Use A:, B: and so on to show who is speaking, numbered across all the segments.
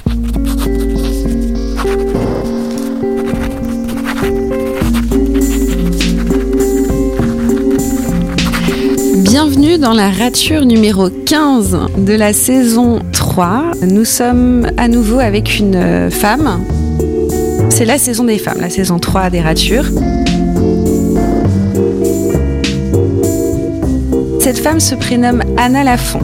A: Bienvenue dans la rature numéro 15 de la saison 3. Nous sommes à nouveau avec une femme. C'est la saison des femmes, la saison 3 des ratures. Cette femme se prénomme Anna Lafont.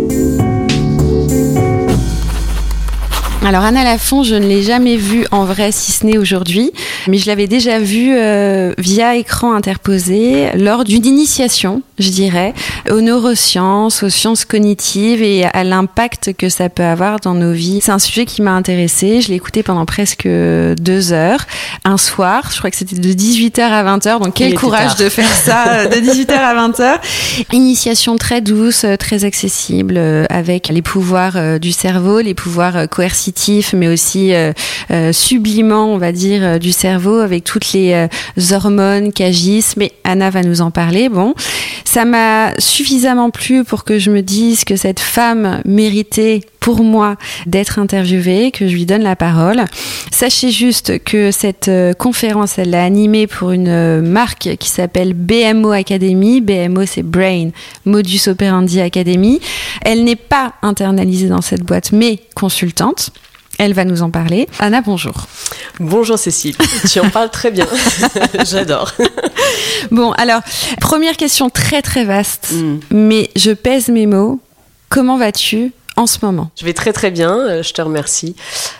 A: Alors Anna Lafont, je ne l'ai jamais vue en vrai, si ce n'est aujourd'hui, mais je l'avais déjà vue via écran interposé lors d'une initiation, je dirais, aux neurosciences, aux sciences cognitives et à l'impact que ça peut avoir dans nos vies. C'est un sujet qui m'a intéressée, je l'ai écouté pendant presque 2 heures, un soir, je crois que c'était de 18h à 20h, donc quel courage de faire ça de 18h à 20h. Initiation très douce, très accessible, avec les pouvoirs du cerveau, les pouvoirs coercitifs, mais aussi sublimants, on va dire, du cerveau, avec toutes les hormones qui agissent. Mais Anna va nous en parler. Bon, ça m'a suffisamment plu pour que je me dise que cette femme méritait, pour moi, d'être interviewée, que je lui donne la parole. Sachez juste que cette conférence, elle l'a animée pour une marque qui s'appelle BMO Academy. BMO, c'est Brain Modus Operandi Academy. Elle n'est pas internalisée dans cette boîte, mais consultante. Elle va nous en parler. Anna, bonjour.
B: Bonjour Cécile, tu en parles très bien, j'adore.
A: Bon, alors, première question très très vaste, mais je pèse mes mots. Comment vas-tu en ce moment ?
B: Je vais très très bien, je te remercie.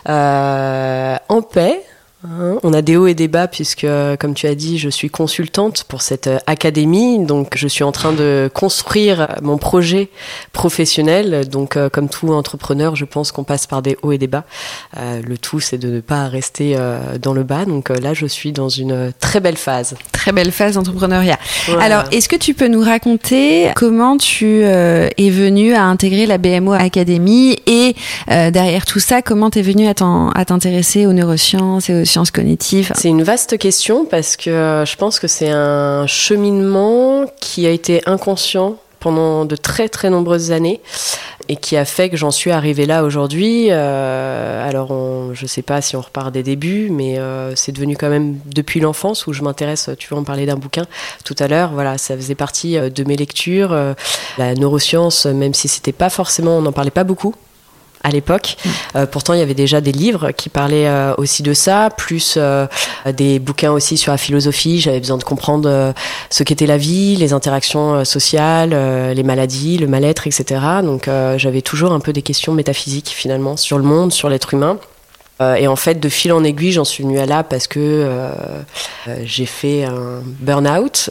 B: En paix. On a des hauts et des bas puisque, comme tu as dit, je suis consultante pour cette académie. Donc, je suis en train de construire mon projet professionnel. Donc, comme tout entrepreneur, je pense qu'on passe par des hauts et des bas. Le tout, c'est de ne pas rester dans le bas. Donc là, je suis dans une très belle phase.
A: Très belle phase d'entrepreneuriat.
B: Voilà.
A: Alors, est-ce que tu peux nous raconter comment tu es venue à intégrer la BMO Academy et derrière tout ça, comment tu es venue à t'intéresser aux neurosciences et aux sciences cognitives ?
B: C'est une vaste question parce que je pense que c'est un cheminement qui a été inconscient pendant de très très nombreuses années et qui a fait que j'en suis arrivée là aujourd'hui. Alors, je ne sais pas si on repart des débuts, mais c'est devenu quand même depuis l'enfance où je m'intéresse. Tu vas en parler d'un bouquin tout à l'heure. Voilà, ça faisait partie de mes lectures. La neuroscience, même si c'était pas forcément, on n'en parlait pas beaucoup à l'époque. Pourtant, il y avait déjà des livres qui parlaient aussi de ça, plus des bouquins aussi sur la philosophie. J'avais besoin de comprendre ce qu'était la vie, les interactions sociales, les maladies, le mal-être, etc. Donc, j'avais toujours un peu des questions métaphysiques, finalement, sur le monde, sur l'être humain. Et en fait, de fil en aiguille, j'en suis venue à là parce que j'ai fait un burn-out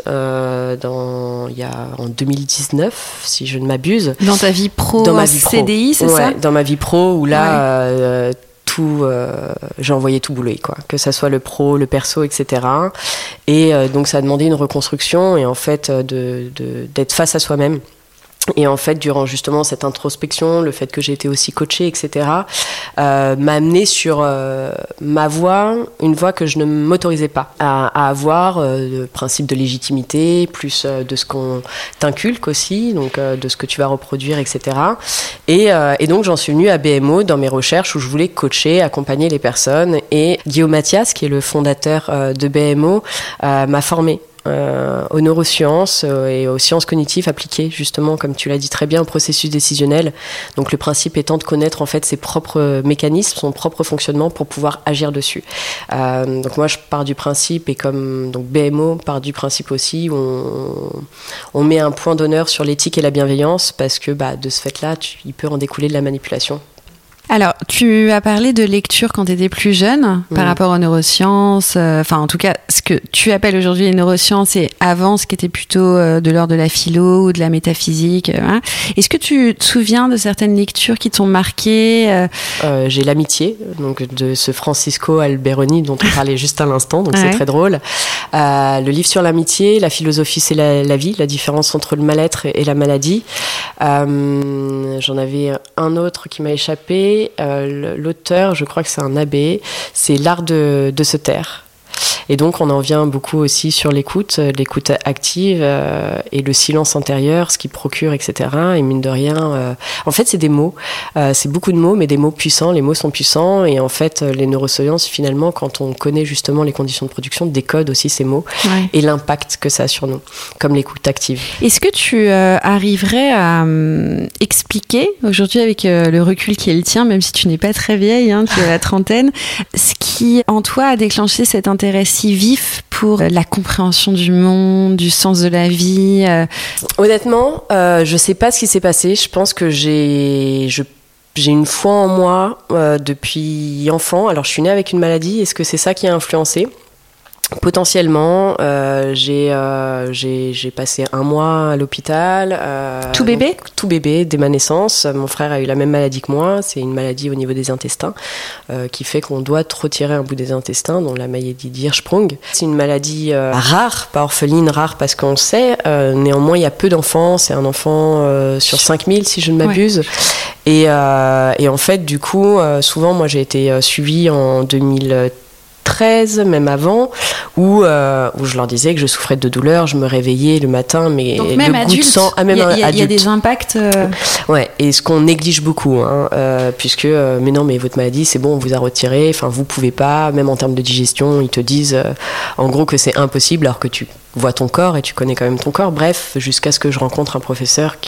B: en 2019, si je ne m'abuse.
A: Dans ta vie pro, dans ma vie CDI, c'est ça ?
B: Dans ma vie pro, où là, j'ai envoyé tout bouler, quoi. Que ça soit le pro, le perso, etc. Et donc, ça a demandé une reconstruction et en fait, d'être face à soi-même. Et en fait, durant justement cette introspection, le fait que j'ai été aussi coachée, etc., m'a amené sur ma voie, une voie que je ne m'autorisais pas à avoir, le principe de légitimité, plus de ce qu'on t'inculque aussi, donc de ce que tu vas reproduire, etc. Et donc, j'en suis venue à BMO dans mes recherches où je voulais coacher, accompagner les personnes. Et Guillaume Mathias, qui est le fondateur de BMO, m'a formée aux neurosciences et aux sciences cognitives appliquées, justement, comme tu l'as dit très bien, au processus décisionnel. Donc le principe étant de connaître en fait ses propres mécanismes, son propre fonctionnement pour pouvoir agir dessus. Donc moi je pars du principe, et comme donc BMO part du principe aussi, où on met un point d'honneur sur l'éthique et la bienveillance, parce que de ce fait-là, il peut en découler de la manipulation.
A: Alors, tu as parlé de lecture quand tu étais plus jeune, par rapport aux neurosciences, enfin en tout cas, ce que tu appelles aujourd'hui les neurosciences et avant ce qui était plutôt de l'ordre de la philo ou de la métaphysique. Hein. Est-ce que tu te souviens de certaines lectures qui t'ont marqué
B: J'ai L'amitié, donc de ce Francisco Alberoni dont on parlait juste à l'instant, donc c'est très drôle. Le livre sur l'amitié, La philosophie c'est la vie, la différence entre le mal-être et la maladie. J'en avais un autre qui m'a échappé. L'auteur, je crois que c'est un abbé, c'est L'art de se taire. Et donc on en vient beaucoup aussi sur l'écoute active et le silence intérieur, ce qui procure, etc. Et mine de rien, en fait c'est des mots, c'est beaucoup de mots, mais des mots puissants. Les mots sont puissants et en fait les neurosciences finalement, quand on connaît justement les conditions de production, décodent aussi ces mots et l'impact que ça a sur nous, comme l'écoute active.
A: Est-ce que tu arriverais à expliquer aujourd'hui avec le recul qui est le tien, même si tu n'es pas très vieille, tu as la trentaine, ce qui en toi a déclenché cet intérêt si vif pour la compréhension du monde, du sens de la vie?
B: Honnêtement, je sais pas ce qui s'est passé. Je pense que j'ai une foi en moi depuis enfant. Alors je suis née avec une maladie. Est-ce que c'est ça qui a influencé ? Potentiellement, j'ai passé 1 mois à l'hôpital.
A: Tout bébé ?
B: Donc, tout bébé, dès ma naissance. Mon frère a eu la même maladie que moi. C'est une maladie au niveau des intestins qui fait qu'on doit retirer un bout des intestins, dont la maladie d'Hirschsprung. C'est une maladie rare, pas orpheline, rare parce qu'on le sait. Néanmoins, il y a peu d'enfants. C'est un enfant sur 5000, si je ne m'abuse. Ouais. Et en fait, du coup, souvent, moi, j'ai été suivie en 2013, même avant, où je leur disais que je souffrais de douleurs, je me réveillais le matin, mais
A: donc même
B: le
A: adulte,
B: goût de sang, même
A: il y a des impacts.
B: Ouais, et ce qu'on néglige beaucoup, puisque mais non, mais votre maladie, c'est bon, on vous a retiré, enfin vous pouvez pas, même en termes de digestion, ils te disent en gros que c'est impossible, alors que tu vois ton corps et tu connais quand même ton corps. Bref, jusqu'à ce que je rencontre un professeur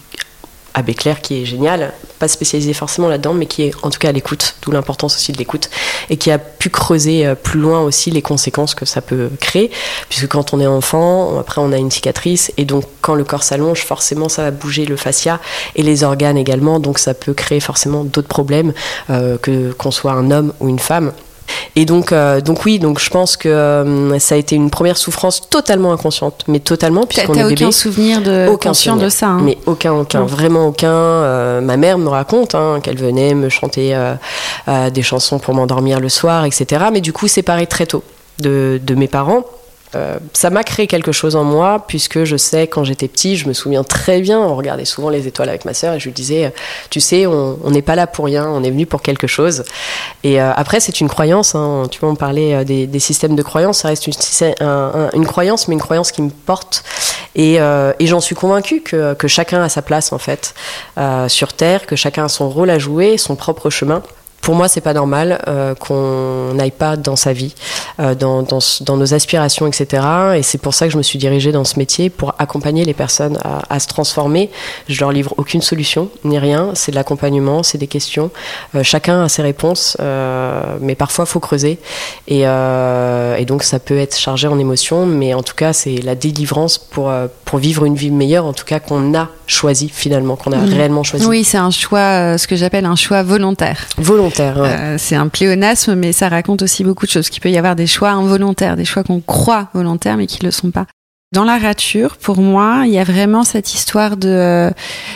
B: Abbé Claire, qui est génial, pas spécialisé forcément là-dedans, mais qui est en tout cas à l'écoute, d'où l'importance aussi de l'écoute, et qui a pu creuser plus loin aussi les conséquences que ça peut créer, puisque quand on est enfant, après on a une cicatrice, et donc quand le corps s'allonge, forcément ça va bouger le fascia et les organes également, donc ça peut créer forcément d'autres problèmes, qu'on soit un homme ou une femme. Et donc oui, donc je pense que ça a été une première souffrance totalement inconsciente, mais totalement, puisqu'on est bébé.
A: T'as aucun souvenir conscient de ça,
B: mais aucun, vraiment aucun. Ma mère me raconte qu'elle venait me chanter des chansons pour m'endormir le soir, etc. Mais du coup, séparée très tôt de mes parents. Ça m'a créé quelque chose en moi, puisque je sais, quand j'étais petit, je me souviens très bien, on regardait souvent les étoiles avec ma sœur et je lui disais, tu sais, on n'est pas là pour rien, on est venu pour quelque chose. Et après, c'est une croyance, tu vois, on parlait des systèmes de croyances, ça reste une croyance, mais une croyance qui me porte. Et j'en suis convaincue que chacun a sa place, en fait, sur Terre, que chacun a son rôle à jouer, son propre chemin. Pour moi, c'est pas normal qu'on n'aille pas dans sa vie, dans nos aspirations, etc. Et c'est pour ça que je me suis dirigée dans ce métier, pour accompagner les personnes à se transformer. Je leur livre aucune solution, ni rien. C'est de l'accompagnement, c'est des questions. Chacun a ses réponses, mais parfois, il faut creuser. Et donc, ça peut être chargé en émotions, mais en tout cas, c'est la délivrance pour vivre une vie meilleure, en tout cas, qu'on a choisi finalement, qu'on a réellement choisi.
A: Oui, c'est un choix, ce que j'appelle un choix volontaire.
B: Ouais.
A: C'est un pléonasme, mais ça raconte aussi beaucoup de choses. Qu'il peut y avoir des choix involontaires, des choix qu'on croit volontaires, mais qui ne le sont pas. Dans la rature, pour moi, il y a vraiment cette histoire de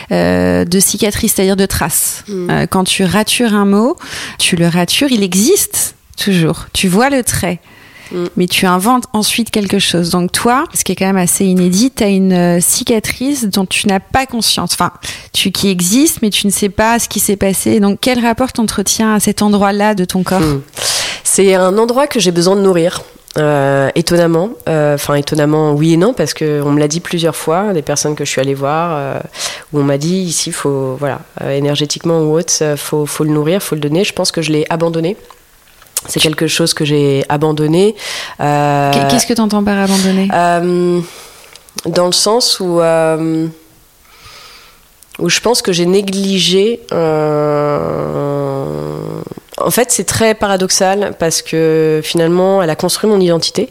A: cicatrice, c'est-à-dire de traces. Quand tu ratures un mot, tu le ratures, il existe toujours. Tu vois le trait. Mais tu inventes ensuite quelque chose. Donc toi, ce qui est quand même assez inédit, tu as une cicatrice dont tu n'as pas conscience. Enfin, qui existe, mais tu ne sais pas ce qui s'est passé. Donc quel rapport t'entretiens à cet endroit-là de ton corps ?
B: C'est un endroit que j'ai besoin de nourrir. Étonnamment, oui et non, parce qu'on me l'a dit plusieurs fois, des personnes que je suis allée voir, où on m'a dit ici, faut, énergétiquement ou autre, faut le nourrir, faut le donner. Je pense que je l'ai abandonné. C'est quelque chose que j'ai abandonné.
A: Qu'est-ce que tu entends par abandonner ?
B: Dans le sens où je pense que j'ai négligé. En fait, c'est très paradoxal parce que finalement, elle a construit mon identité.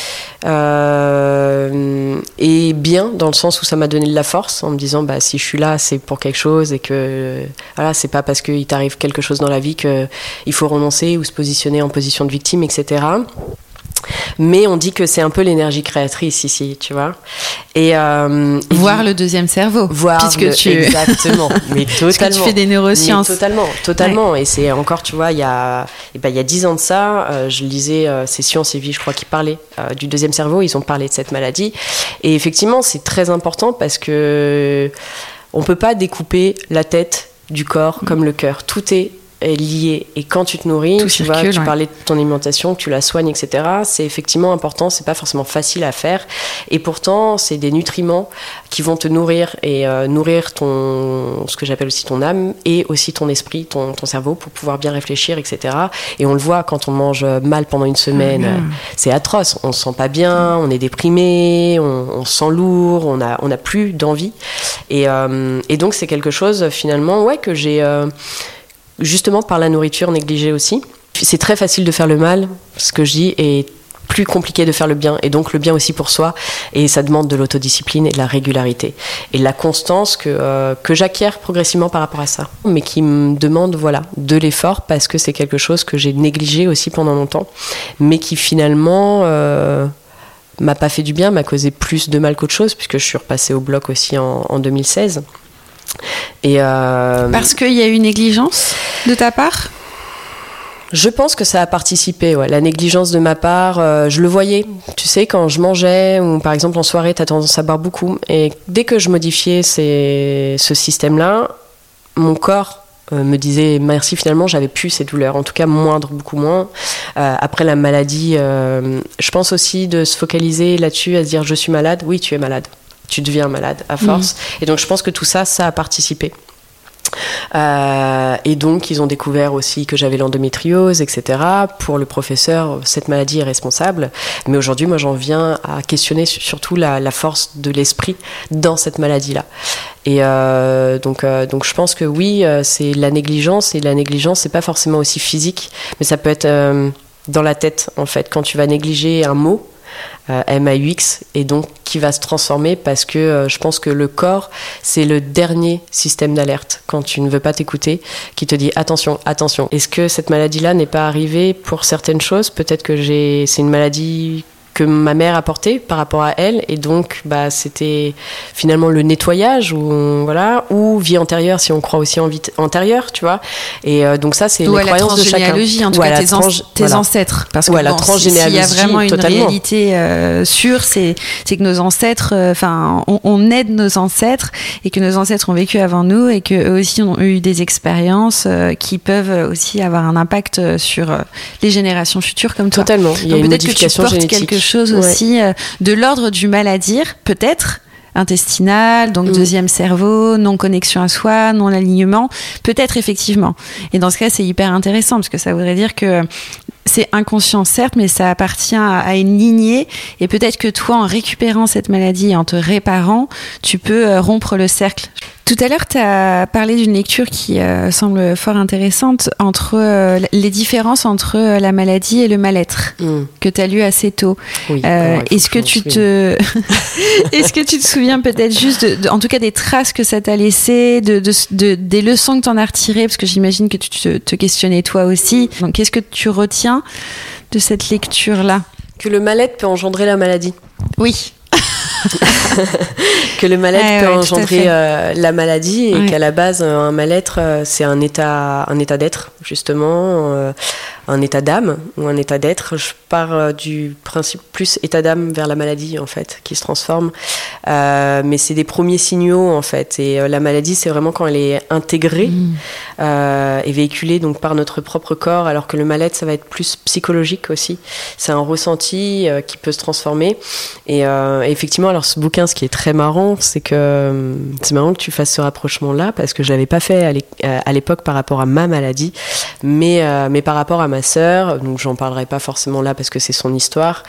B: Et bien dans le sens où ça m'a donné de la force en me disant si je suis là c'est pour quelque chose et que c'est pas parce qu'il t'arrive quelque chose dans la vie qu'il faut renoncer ou se positionner en position de victime, etc. Mais on dit que c'est un peu l'énergie créatrice ici, tu vois.
A: Voir le deuxième cerveau.
B: Exactement, mais totalement.
A: Parce que tu fais des neurosciences.
B: Mais totalement. Ouais. Et c'est encore, tu vois, il y a 10 ans de ça, je lisais c'est Science et Vie, je crois, qui parlait du deuxième cerveau. Ils ont parlé de cette maladie. Et effectivement, c'est très important parce que on peut pas découper la tête du corps comme le cœur. Tout est est lié. Et quand tu te nourris, tu parlais de ton alimentation, que tu la soignes, etc. C'est effectivement important, c'est pas forcément facile à faire. Et pourtant, c'est des nutriments qui vont te nourrir et nourrir ce que j'appelle aussi ton âme et aussi ton esprit, ton cerveau pour pouvoir bien réfléchir, etc. Et on le voit quand on mange mal pendant une semaine, c'est atroce. On se sent pas bien, on est déprimé, on se sent lourd, on a plus d'envie. Et donc, c'est quelque chose, finalement, que j'ai... justement par la nourriture négligée aussi. C'est très facile de faire le mal, ce que je dis, et plus compliqué de faire le bien, et donc le bien aussi pour soi, et ça demande de l'autodiscipline et de la régularité et de la constance que j'acquiers progressivement par rapport à ça, mais qui me demande de l'effort, parce que c'est quelque chose que j'ai négligé aussi pendant longtemps, mais qui finalement m'a pas fait du bien, m'a causé plus de mal qu'autre chose, puisque je suis repassée au bloc aussi en 2016.
A: Parce qu'il y a eu une négligence de ta part ?
B: Je pense que ça a participé, la négligence de ma part. Je le voyais, tu sais, quand je mangeais, ou par exemple en soirée, t'as tendance à boire beaucoup. Et dès que je modifiais ce système-là, mon corps me disait merci, finalement, j'avais plus ces douleurs, en tout cas moindre, beaucoup moins. Après la maladie, je pense aussi de se focaliser là-dessus, à se dire je suis malade, oui, tu es malade. Tu deviens malade à force. Et donc, je pense que tout ça, ça a participé. Et donc, ils ont découvert aussi que j'avais l'endométriose, etc. Pour le professeur, cette maladie est responsable. Mais aujourd'hui, moi, j'en viens à questionner surtout la force de l'esprit dans cette maladie-là. Et donc, je pense que oui, c'est la négligence. Et la négligence, c'est pas forcément aussi physique, mais ça peut être dans la tête, en fait. Quand tu vas négliger un mot, MAUX, et donc qui va se transformer, parce que je pense que le corps, c'est le dernier système d'alerte quand tu ne veux pas t'écouter, qui te dit attention, attention. Est-ce que cette maladie-là n'est pas arrivée pour certaines choses ? Peut-être que c'est une maladie que ma mère a portée par rapport à elle, et donc c'était finalement le nettoyage, ou vie antérieure, si on croit aussi en vie antérieure, tu vois. Et donc ça, c'est les croyances de chacun.
A: En tout cas, tes ancêtres, parce que
B: la transgénéalogie,
A: s'il y a vraiment une réalité sûre, c'est que nos ancêtres, on aide nos ancêtres, et que nos ancêtres ont vécu avant nous, et qu'eux aussi ont eu des expériences qui peuvent aussi avoir un impact sur les générations futures comme toi.
B: Totalement. Il y a une modification génétique.
A: Quelque chose aussi de l'ordre du mal à dire, peut-être intestinal, donc deuxième cerveau, non connexion à soi, non alignement, peut-être effectivement. Et dans ce cas, c'est hyper intéressant, parce que ça voudrait dire que c'est inconscient, certes, mais ça appartient à une lignée, et peut-être que toi, en récupérant cette maladie et en te réparant, tu peux rompre le cercle. Tout à l'heure, tu as parlé d'une lecture qui semble fort intéressante, entre les différences entre la maladie et le mal-être, que tu as lu assez tôt.
B: Oui,
A: est-ce que tu te souviens peut-être juste, en tout cas, des traces que ça t'a laissé, des leçons que tu en as retirées, parce que j'imagine que tu te questionnais toi aussi. Donc, qu'est-ce que tu retiens de cette lecture-là ?
B: Que le mal-être peut engendrer la maladie.
A: Oui.
B: Que le mal-être peut engendrer la maladie, et qu'à la base, un mal-être, c'est un état d'être, justement, un état d'âme ou un état d'être. Je pars du principe plus état d'âme vers la maladie, en fait, qui se transforme. Mais c'est des premiers signaux, en fait. Et la maladie, c'est vraiment quand elle est intégrée et véhiculée donc, par notre propre corps, alors que le mal-être, ça va être plus psychologique aussi. C'est un ressenti qui peut se transformer. Et effectivement, alors ce bouquin, ce qui est très marrant, c'est que c'est marrant que tu fasses ce rapprochement-là, parce que je l'avais pas fait à l'époque par rapport à ma maladie, mais par rapport à ma sœur. Donc j'en parlerai pas forcément là parce que c'est son histoire,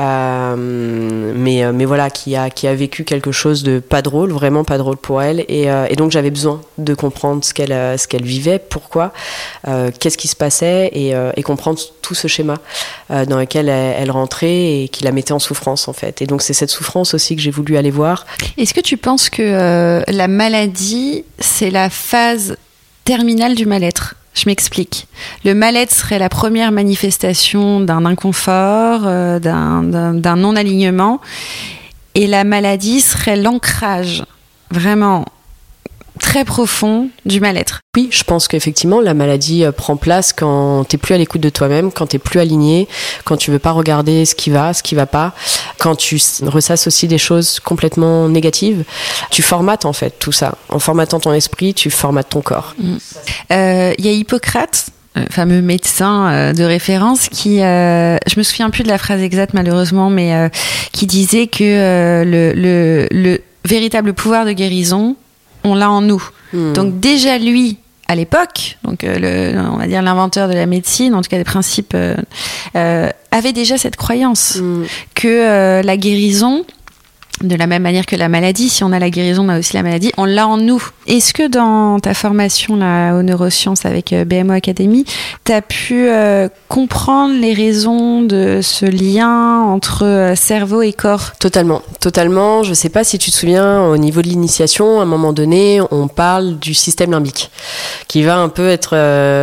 B: mais voilà, qui a vécu quelque chose de pas drôle, vraiment pas drôle pour elle, et donc j'avais besoin de comprendre ce qu'elle vivait, pourquoi, qu'est-ce qui se passait, et comprendre tout ce schéma dans lequel elle rentrait et qui la mettait en souffrance, en fait. Et donc c'est cette souffrance aussi que j'ai voulu aller voir.
A: Est-ce que tu penses que la maladie, c'est la phase terminale du mal-être ? Je m'explique. Le mal-être serait la première manifestation d'un inconfort, d'un non-alignement, et la maladie serait l'ancrage vraiment très profond du mal-être.
B: Oui, je pense qu'effectivement, la maladie prend place quand t'es plus à l'écoute de toi-même, quand t'es plus aligné, quand tu veux pas regarder ce qui va pas, quand tu ressasses aussi des choses complètement négatives. Tu formates en fait tout ça. En formatant ton esprit, tu formates ton corps.
A: Y a Hippocrate, fameux médecin de référence, qui, je me souviens plus de la phrase exacte malheureusement, mais qui disait que le véritable pouvoir de guérison, on l'a en nous. Donc déjà lui, à l'époque, donc on va dire l'inventeur de la médecine, en tout cas des principes, avait déjà cette croyance que la guérison, de la même manière que la maladie, si on a la guérison, on a aussi la maladie, on l'a en nous. Est-ce que dans ta formation là, aux neurosciences avec BMO Academy, tu as pu comprendre les raisons de ce lien entre cerveau et corps ?
B: Totalement. Je ne sais pas si tu te souviens, au niveau de l'initiation, à un moment donné, on parle du système limbique, qui va un peu être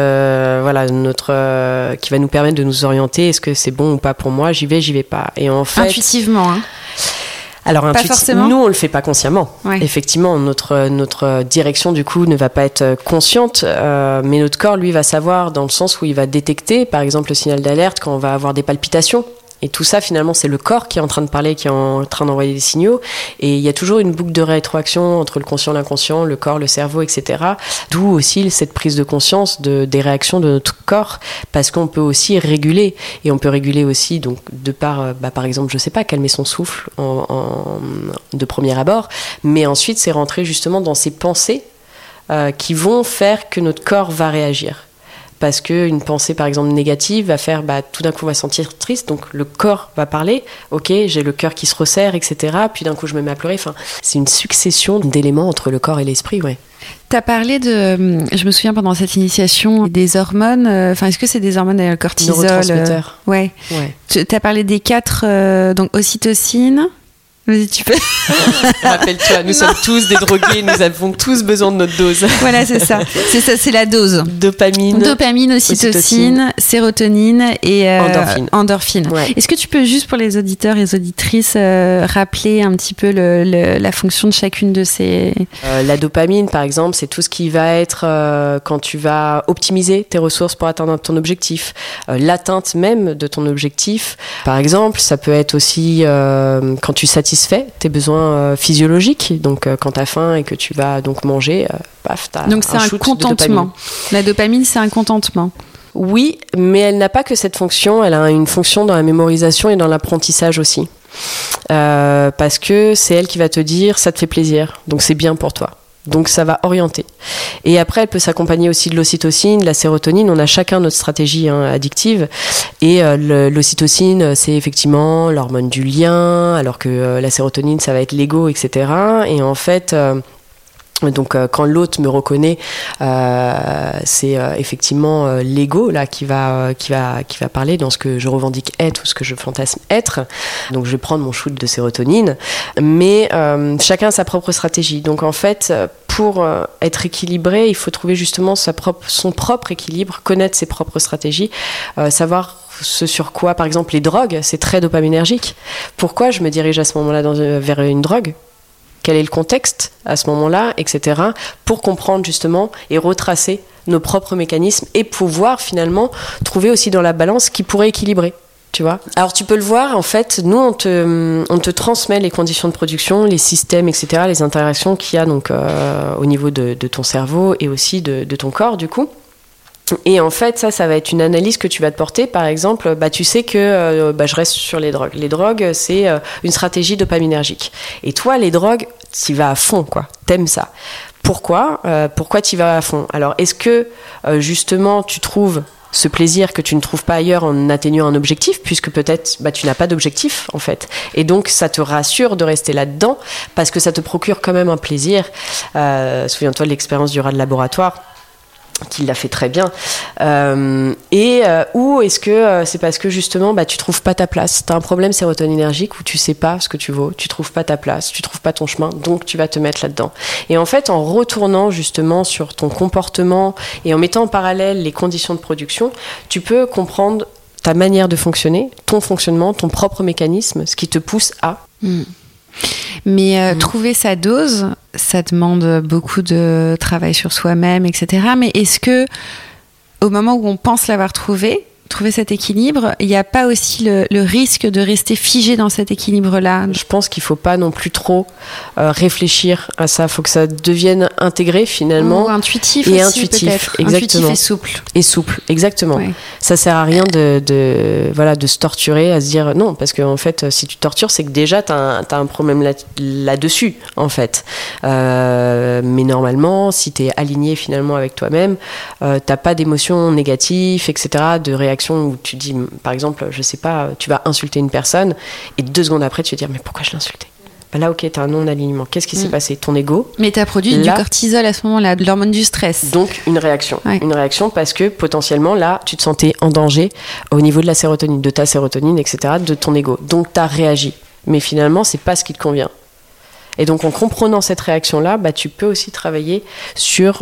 B: qui va nous permettre de nous orienter. Est-ce que c'est bon ou pas pour moi ? J'y vais pas. Et en fait,
A: intuitivement, hein.
B: Alors, nous, on le fait pas consciemment.
A: Ouais.
B: Effectivement, notre direction, du coup, ne va pas être consciente, mais notre corps, lui, va savoir dans le sens où il va détecter, par exemple, le signal d'alerte quand on va avoir des palpitations. Et tout ça, finalement, c'est le corps qui est en train de parler, qui est en train d'envoyer des signaux. Et il y a toujours une boucle de rétroaction entre le conscient, l'inconscient, le corps, le cerveau, etc. D'où aussi cette prise de conscience des réactions de notre corps, parce qu'on peut aussi réguler. Et on peut réguler aussi, donc, de par, par exemple, je sais pas, calmer son souffle de premier abord. Mais ensuite, c'est rentrer justement dans ces pensées qui vont faire que notre corps va réagir. Parce qu'une pensée, par exemple, négative va faire, tout d'un coup, on va se sentir triste, donc le corps va parler, ok, j'ai le cœur qui se resserre, etc. Puis d'un coup, je me mets à pleurer. Enfin, c'est une succession d'éléments entre le corps et l'esprit, ouais.
A: Tu as parlé je me souviens pendant cette initiation, des hormones, est-ce que c'est des hormones, le cortisol
B: neurotransmetteurs.
A: Ouais. Tu as parlé des 4, donc ocytocine. Vas-y, tu peux.
B: Rappelle-toi, nous sommes tous des drogués, nous avons tous besoin de notre dose.
A: Voilà, c'est ça, c'est la dose. Dopamine, ocytocine, sérotonine et endorphine.
B: Ouais.
A: Est-ce que tu peux juste pour les auditeurs et les auditrices rappeler un petit peu la fonction de chacune de ces...
B: La dopamine, par exemple, c'est tout ce qui va être quand tu vas optimiser tes ressources pour atteindre ton objectif. L'atteinte même de ton objectif. Par exemple, ça peut être aussi quand tu satisfais tes besoins physiologiques, donc quand tu as faim et que tu vas donc manger, t'as
A: donc c'est un contentement. La dopamine, c'est un contentement.
B: Oui, mais elle n'a pas que cette fonction, elle a une fonction dans la mémorisation et dans l'apprentissage aussi. Parce que c'est elle qui va te dire ça te fait plaisir, donc c'est bien pour toi. Donc ça va orienter. Et après, elle peut s'accompagner aussi de l'ocytocine, de la sérotonine. On a chacun notre stratégie addictive. Et l'ocytocine, c'est effectivement l'hormone du lien, alors que la sérotonine, ça va être l'ego, etc. Et en fait... Donc quand l'autre me reconnaît, c'est effectivement l'ego là qui va parler dans ce que je revendique être ou ce que je fantasme être. Donc je vais prendre mon shoot de sérotonine, mais chacun a sa propre stratégie. Donc en fait, pour être équilibré, il faut trouver justement son propre équilibre, connaître ses propres stratégies, savoir ce sur quoi, par exemple, les drogues, c'est très dopaminergique. Pourquoi je me dirige à ce moment-là vers une drogue ? Quel est le contexte à ce moment-là, etc., pour comprendre justement et retracer nos propres mécanismes et pouvoir finalement trouver aussi dans la balance qui pourrait équilibrer. Tu vois ? Alors tu peux le voir, en fait, nous on te transmet les conditions de production, les systèmes, etc., les interactions qu'il y a donc au niveau de ton cerveau et aussi de ton corps du coup. Et en fait, ça va être une analyse que tu vas te porter. Par exemple, tu sais que je reste sur les drogues. Les drogues, c'est une stratégie dopaminergique. Et toi, les drogues, t'y vas à fond, quoi. T'aimes ça. Pourquoi t'y vas à fond ? Alors, est-ce que justement, tu trouves ce plaisir que tu ne trouves pas ailleurs en atteignant un objectif, puisque peut-être tu n'as pas d'objectif en fait, et donc ça te rassure de rester là-dedans parce que ça te procure quand même un plaisir. Souviens-toi de l'expérience du rat de laboratoire, qu'il l'a fait très bien, ou est-ce que c'est parce que justement tu trouves pas ta place, t'as un problème sérotoninergique où tu sais pas ce que tu vaux, tu trouves pas ta place, tu trouves pas ton chemin, donc tu vas te mettre là-dedans. Et en fait, en retournant justement sur ton comportement et en mettant en parallèle les conditions de production, tu peux comprendre ta manière de fonctionner, ton fonctionnement, ton propre mécanisme, ce qui te pousse à...
A: Mais trouver sa dose, ça demande beaucoup de travail sur soi-même, etc. Mais est-ce que, au moment où on pense l'avoir trouvé cet équilibre, il n'y a pas aussi le risque de rester figé dans cet équilibre-là?
B: Je pense qu'il ne faut pas non plus trop réfléchir à ça. Il faut que ça devienne intégré finalement.
A: Ou intuitif
B: et
A: aussi,
B: intuitif,
A: peut-être.
B: exactement.
A: Intuitif et souple.
B: Et souple, exactement.
A: Ouais.
B: Ça ne sert à rien de se torturer, à se dire non, parce qu'en fait, si tu tortures, c'est que déjà, tu as un problème là-dessus, en fait. Mais normalement, si tu es aligné finalement avec toi-même, tu n'as pas d'émotions négatives, etc., de réactions où tu dis, par exemple, je sais pas, tu vas insulter une personne et 2 secondes après tu vas dire mais pourquoi je l'ai insulté? Là, ok, t'as un non-alignement. Qu'est-ce qui s'est passé? Ton ego.
A: Mais t'as produit du cortisol à ce moment-là, de l'hormone du stress.
B: Donc une réaction.
A: Ouais.
B: Une réaction parce que potentiellement là, tu te sentais en danger au niveau de la sérotonine, de ta sérotonine, etc., de ton ego. Donc t'as réagi. Mais finalement, c'est pas ce qui te convient. Et donc en comprenant cette réaction-là, tu peux aussi travailler sur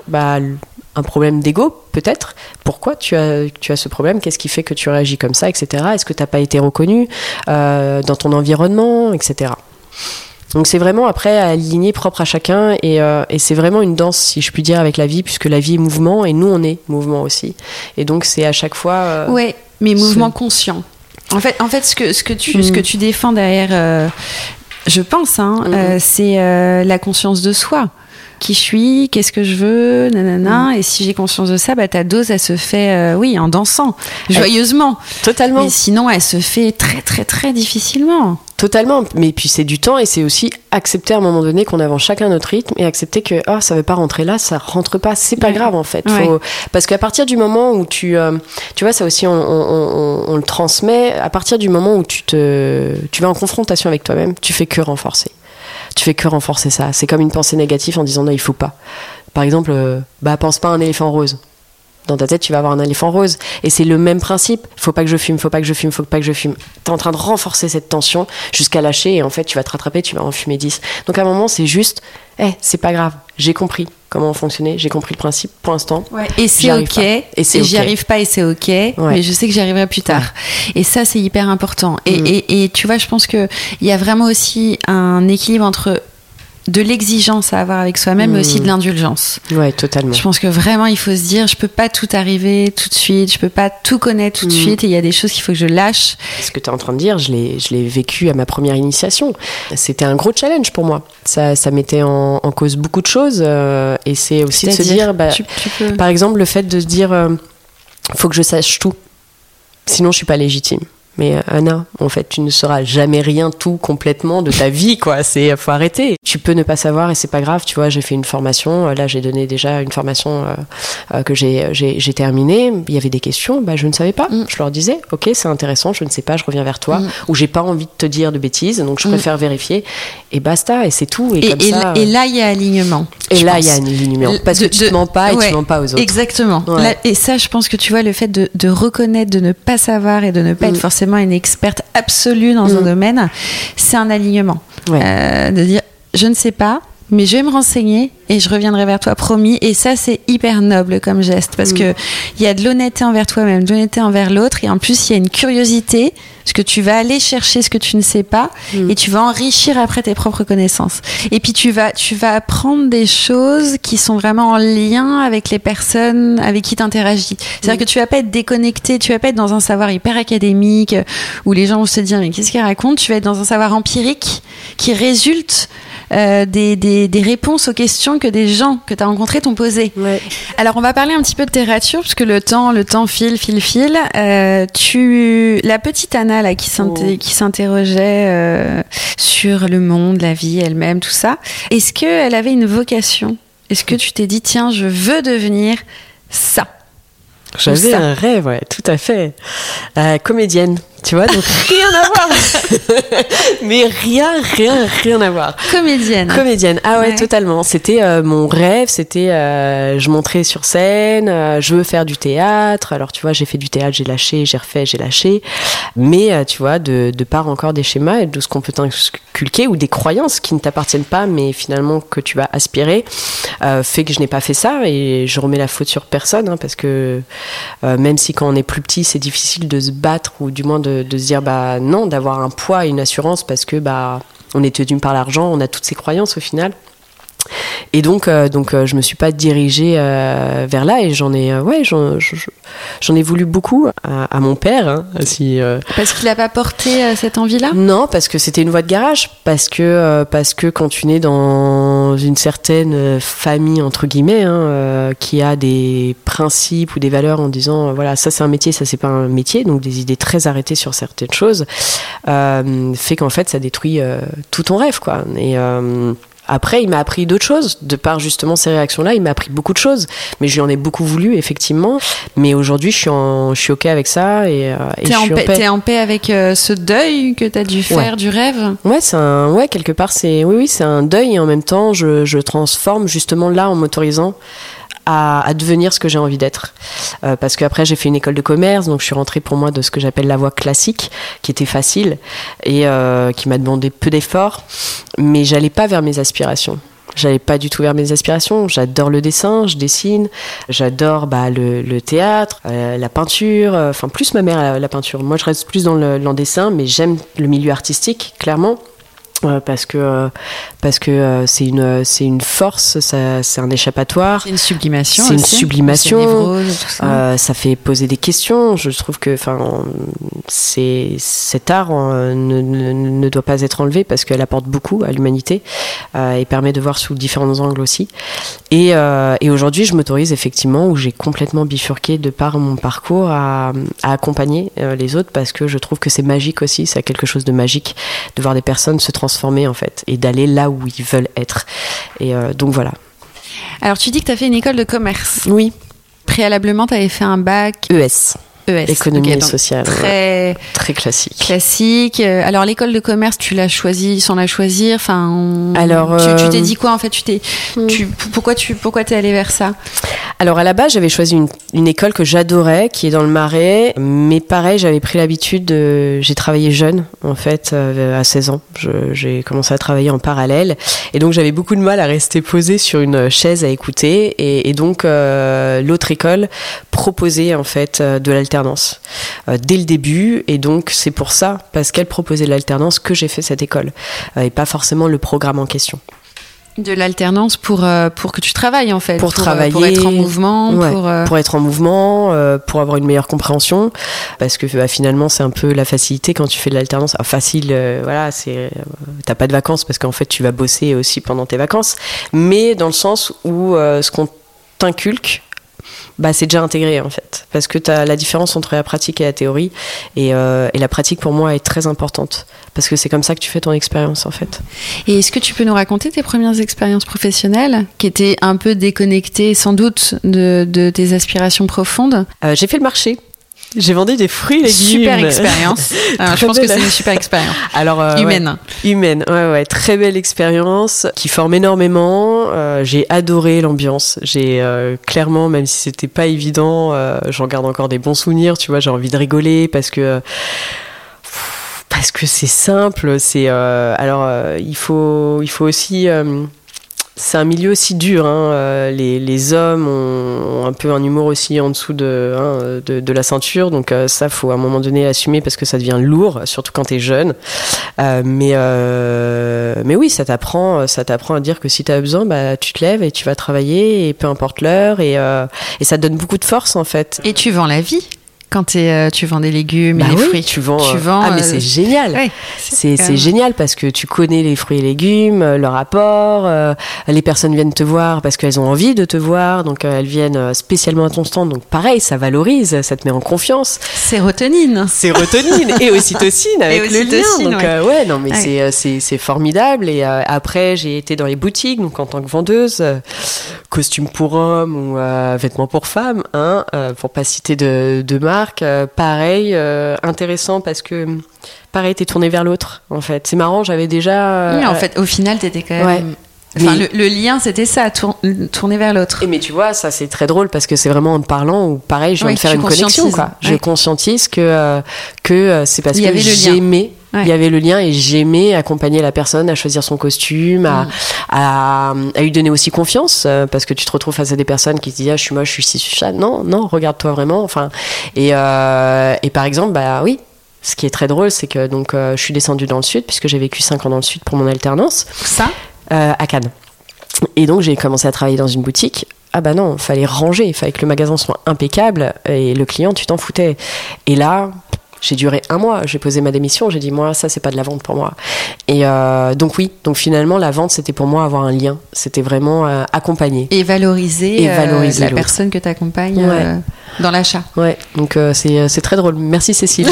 B: un problème d'ego, peut-être. Pourquoi tu as ce problème? Qu'est-ce qui fait que tu réagis comme ça, etc. Est-ce que tu n'as pas été reconnu dans ton environnement, etc. Donc c'est vraiment après aligné, propre à chacun, et c'est vraiment une danse, si je puis dire, avec la vie, puisque la vie est mouvement, et nous on est mouvement aussi. Et donc c'est à chaque fois...
A: ouais, mais mouvement conscient. En fait ce que tu défends derrière, je pense, c'est la conscience de soi. Qui je suis, qu'est-ce que je veux, nanana. Et si j'ai conscience de ça, ta dose, elle se fait, en dansant, joyeusement.
B: Totalement.
A: Mais sinon, elle se fait très, très, très difficilement.
B: Totalement. Mais puis c'est du temps et c'est aussi accepter à un moment donné qu'on avance chacun notre rythme et accepter que ça veut pas rentrer là, ça rentre pas. C'est pas grave en fait. Parce qu'à partir du moment où tu vois, ça aussi on le transmet. À partir du moment où tu vas en confrontation avec toi-même, tu fais que renforcer. Tu fais que renforcer ça. C'est comme une pensée négative en disant non, il faut pas. Par exemple, pense pas à un éléphant rose. Dans ta tête, tu vas avoir un éléphant rose. Et c'est le même principe. Faut pas que je fume, faut pas que je fume, faut pas que je fume. T'es en train de renforcer cette tension jusqu'à lâcher et en fait, tu vas te rattraper, tu vas en fumer 10. Donc à un moment, c'est juste, c'est pas grave. J'ai compris comment on fonctionnait, j'ai compris le principe pour l'instant.
A: Ouais. Et c'est ok. Et j'y arrive pas et c'est ok. Ouais. Mais je sais que j'y arriverai plus tard. Ouais. Et ça, c'est hyper important. Et tu vois, je pense que il y a vraiment aussi un équilibre entre de l'exigence à avoir avec soi-même, mais aussi de l'indulgence.
B: Ouais, totalement.
A: Je pense que vraiment, il faut se dire, je peux pas tout arriver tout de suite, je peux pas tout connaître tout de suite, et il y a des choses qu'il faut que je lâche.
B: Ce que tu es en train de dire, je l'ai vécu à ma première initiation. C'était un gros challenge pour moi. Ça mettait en cause beaucoup de choses, et c'est aussi de se dire, tu peux... par exemple, le fait de se dire, faut que je sache tout, sinon je suis pas légitime. Mais Anna, en fait, tu ne sauras jamais rien tout complètement de ta vie, quoi. Faut arrêter. Tu peux ne pas savoir et c'est pas grave. Tu vois, j'ai fait une formation. Là, j'ai donné déjà une formation que j'ai terminée. Il y avait des questions. Je ne savais pas. Je leur disais, ok, c'est intéressant. Je ne sais pas. Je reviens vers toi. Ou j'ai pas envie de te dire de bêtises, donc je préfère vérifier. Et basta. Et c'est tout. Et
A: là, il y a alignement.
B: Et là, il y a un alignement. Parce que tu te mens pas et tu mens pas aux autres.
A: Exactement.
B: Ouais.
A: Là, et ça, je pense que tu vois, le fait de reconnaître, de ne pas savoir et de ne pas être forcément une experte absolue dans un domaine, c'est un alignement. Ouais. De dire, je ne sais pas, mais je vais me renseigner et je reviendrai vers toi, promis. Et ça, c'est hyper noble comme geste parce que il y a de l'honnêteté envers toi-même, de l'honnêteté envers l'autre, et en plus, il y a une curiosité parce que tu vas aller chercher ce que tu ne sais pas et tu vas enrichir après tes propres connaissances. Et puis tu vas apprendre des choses qui sont vraiment en lien avec les personnes avec qui tu interagis. C'est-à-dire que tu vas pas être déconnecté, tu vas pas être dans un savoir hyper académique où les gens vont se dire mais qu'est-ce qu'il raconte. Tu vas être dans un savoir empirique qui résulte des réponses aux questions que des gens que tu as rencontrés t'ont posées. Ouais. Alors on va parler un petit peu de tes ratures parce que le temps file. La petite Anna là qui s'interrogeait sur le monde, la vie elle-même, tout ça. Est-ce qu'elle avait une vocation? Est-ce que tu t'es dit tiens, je veux devenir ça?
B: J'avais un rêve, ouais, tout à fait. Comédienne, tu vois, donc rien à voir. Mais rien à voir. Comédienne, ah ouais, totalement. C'était mon rêve, c'était je montrais sur scène, je veux faire du théâtre. Alors tu vois, j'ai fait du théâtre, j'ai lâché, j'ai refait, j'ai lâché. Mais tu vois, de part encore des schémas et de ce qu'on peut t'inculquer ou des croyances qui ne t'appartiennent pas, mais finalement que tu vas aspirer, fait que je n'ai pas fait ça et je remets la faute sur personne, parce que même si quand on est plus petit, c'est difficile de se battre ou du moins de se dire non, d'avoir un poids et une assurance parce que on est tenu par l'argent, on a toutes ces croyances au final. Et donc, je me suis pas dirigée vers là, et j'en ai voulu beaucoup à mon père. Hein,
A: Parce qu'il a pas porté cette envie-là ?
B: Non, parce que c'était une voie de garage. Parce que quand tu nais dans une certaine famille entre guillemets, qui a des principes ou des valeurs en disant voilà, ça c'est un métier, ça c'est pas un métier, donc des idées très arrêtées sur certaines choses, fait qu'en fait ça détruit tout ton rêve, quoi. Et après, il m'a appris d'autres choses. De par justement ces réactions-là, il m'a appris beaucoup de choses. Mais je lui en ai beaucoup voulu, effectivement. Mais aujourd'hui, je suis OK avec ça. Et
A: t'es en paix avec ce deuil que t'as dû faire du rêve ?
B: Ouais, quelque part, c'est un deuil. Et en même temps, je transforme justement là en m'autorisant à devenir ce que j'ai envie d'être. Parce qu'après, j'ai fait une école de commerce, donc je suis rentrée pour moi de ce que j'appelle la voie classique, qui était facile et qui m'a demandé peu d'efforts, mais j'allais pas vers mes aspirations. J'allais pas du tout vers mes aspirations. J'adore le dessin, je dessine. J'adore le théâtre, la peinture. Enfin, plus ma mère la peinture. Moi, je reste plus dans le dessin, mais j'aime le milieu artistique, clairement. Parce que c'est une force, c'est un échappatoire.
A: C'est une sublimation.
B: C'est
A: aussi.
B: Une sublimation.
A: C'est névrose, tout ça.
B: Ça fait poser des questions. Je trouve que, cet art ne doit pas être enlevé parce qu'elle apporte beaucoup à l'humanité et permet de voir sous différents angles aussi. Et aujourd'hui, je m'autorise effectivement, où j'ai complètement bifurqué de par mon parcours à accompagner les autres, parce que je trouve que c'est magique aussi. C'est quelque chose de magique de voir des personnes se transformer en fait et d'aller là où ils veulent être. Et donc voilà.
A: Alors tu dis que tu as fait une école de commerce.
B: Oui.
A: Préalablement, tu avais fait un bac
B: ES. Économie sociale.
A: Très
B: classique.
A: Classique. Alors l'école de commerce, tu l'as choisie sans la choisir. Enfin, tu t'es dit quoi en fait ? Pourquoi t'es allée vers ça ?
B: Alors à la base, j'avais choisi une école que j'adorais, qui est dans le Marais, mais pareil, j'avais pris l'habitude j'ai travaillé jeune en fait, à 16 ans. J'ai commencé à travailler en parallèle, et donc j'avais beaucoup de mal à rester posée sur une chaise à écouter, et donc l'autre école proposait en fait de l'alternance dès le début, et donc c'est pour ça, parce qu'elle proposait de l'alternance, que j'ai fait cette école, et pas forcément le programme en question.
A: De l'alternance pour que tu travailles en fait,
B: pour travailler,
A: pour être en mouvement,
B: pour être en mouvement, pour avoir une meilleure compréhension, parce que finalement c'est un peu la facilité quand tu fais de l'alternance. Alors, facile, t'as pas de vacances parce qu'en fait tu vas bosser aussi pendant tes vacances, mais dans le sens où ce qu'on t'inculque, c'est déjà intégré en fait, parce que t'as la différence entre la pratique et la théorie, et la pratique pour moi est très importante, parce que c'est comme ça que tu fais ton expérience en fait.
A: Et est-ce que tu peux nous raconter tes premières expériences professionnelles qui étaient un peu déconnectées sans doute de tes aspirations profondes ?
B: J'ai fait le marché. J'ai vendu des fruits et légumes.
A: Super expérience. Je pense que c'est une super expérience.
B: Alors,
A: humaine.
B: Humaine, ouais. Très belle expérience qui forme énormément. J'ai adoré l'ambiance. J'ai clairement, même si c'était pas évident, j'en garde encore des bons souvenirs. Tu vois, j'ai envie de rigoler parce que c'est simple. Il faut aussi. C'est un milieu aussi dur, hein. Les hommes ont un peu un humour aussi en dessous de la ceinture, donc ça faut à un moment donné l'assumer, parce que ça devient lourd, surtout quand t'es jeune. Mais oui, ça t'apprend à dire que si t'as besoin, tu te lèves et tu vas travailler, et peu importe l'heure, et ça te donne beaucoup de force en fait.
A: Et tu vends la vie. Quand tu vends des légumes et des fruits,
B: tu vends. Mais c'est génial.
A: Ouais,
B: c'est génial, parce que tu connais les fruits et légumes, leur apport. Les personnes viennent te voir parce qu'elles ont envie de te voir, donc elles viennent spécialement à ton stand. Donc pareil, ça valorise, ça te met en confiance.
A: Sérotonine
B: et ocytocine avec le lien. Donc
A: ouais.
B: C'est formidable. Et après, j'ai été dans les boutiques, donc en tant que vendeuse, costumes pour hommes ou vêtements pour femmes, pour pas citer de marque. Pareil, intéressant, parce que pareil, t'es tourné vers l'autre en fait. C'est marrant, j'avais déjà
A: oui, en fait au final t'étais quand même le lien c'était ça, tourner vers l'autre.
B: Mais tu vois, ça c'est très drôle, parce que c'est vraiment en te parlant où pareil, je viens de faire une connexion quoi. Je conscientise que c'est parce que j'aimais. Il y avait le lien, et j'aimais accompagner la personne à choisir son costume, à lui donner aussi confiance, parce que tu te retrouves face à des personnes qui te disent je suis moche, je suis ci, je suis ça. Non, regarde-toi vraiment. Enfin, et par exemple, oui, Ce qui est très drôle, c'est que donc, je suis descendue dans le sud, puisque j'ai vécu 5 ans dans le sud pour mon alternance.
A: Ça
B: à Cannes. Et donc, j'ai commencé à travailler dans une boutique. Ah bah non, fallait ranger, il fallait que le magasin soit impeccable, et le client, tu t'en foutais. Et là, j'ai duré 1 mois, j'ai posé ma démission, j'ai dit, moi, ça, c'est pas de la vente pour moi. Et donc finalement, la vente, c'était pour moi avoir un lien. C'était vraiment accompagner.
A: Et valoriser la personne que tu accompagnes dans l'achat.
B: Ouais, donc c'est très drôle. Merci Cécile.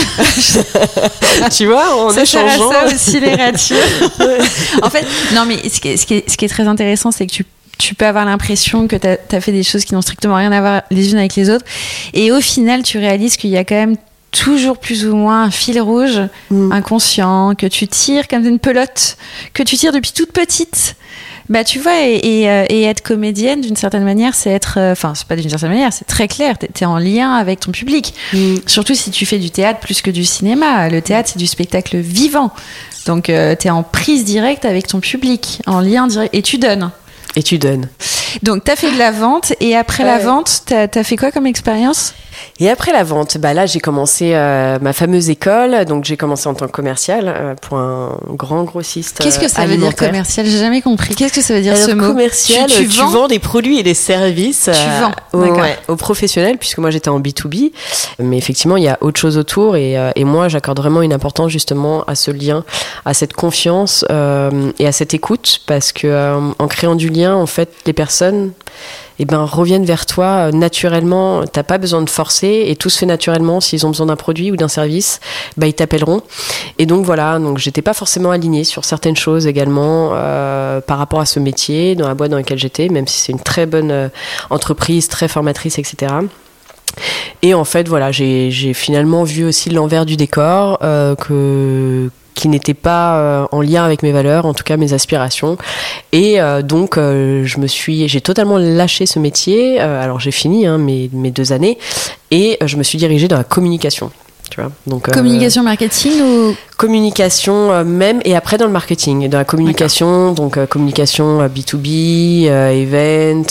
B: Tu vois, en échangeant.
A: Ça aussi, les ratures. En fait, non, mais ce qui est très intéressant, c'est que tu peux avoir l'impression que tu as fait des choses qui n'ont strictement rien à voir les unes avec les autres. Et au final, tu réalises qu'il y a quand même toujours plus ou moins un fil rouge inconscient que tu tires comme une pelote, que tu tires depuis toute petite. Bah, tu vois, et être comédienne, d'une certaine manière, c'est être... Enfin, c'est pas d'une certaine manière, c'est très clair. T'es en lien avec ton public. Surtout si tu fais du théâtre plus que du cinéma. Le théâtre, c'est du spectacle vivant. Donc, t'es en prise directe avec ton public, en lien direct. Et tu donnes. Donc, t'as fait de la vente, et après la vente, t'as fait quoi comme expérience ?
B: Et après la vente, bah là j'ai commencé ma fameuse école, donc j'ai commencé en tant que commercial pour un grand grossiste.
A: Qu'est-ce que ça veut dire commercial ? J'ai jamais compris. Qu'est-ce que ça veut dire ce mot ?
B: Commercial, tu vends des produits et des services aux professionnels, puisque moi j'étais en B2B, mais effectivement il y a autre chose autour, et moi j'accorde vraiment une importance justement à ce lien, à cette confiance et à cette écoute, parce que en créant du lien, en fait, les personnes reviennent vers toi naturellement. T'as pas besoin de forcer, et tout se fait naturellement. S'ils ont besoin d'un produit ou d'un service, ils t'appelleront. Et donc voilà, donc j'étais pas forcément alignée sur certaines choses également par rapport à ce métier dans la boîte dans laquelle j'étais, même si c'est une très bonne entreprise, très formatrice, etc. Et en fait, voilà, j'ai finalement vu aussi l'envers du décor qui n'était pas en lien avec mes valeurs, en tout cas mes aspirations. Et donc, j'ai totalement lâché ce métier. Alors, j'ai fini mes 2 années, et je me suis dirigée dans la communication. Tu vois, donc,
A: communication marketing ou
B: communication même, et après dans le marketing, dans la communication. D'accord. Donc communication B2B, event,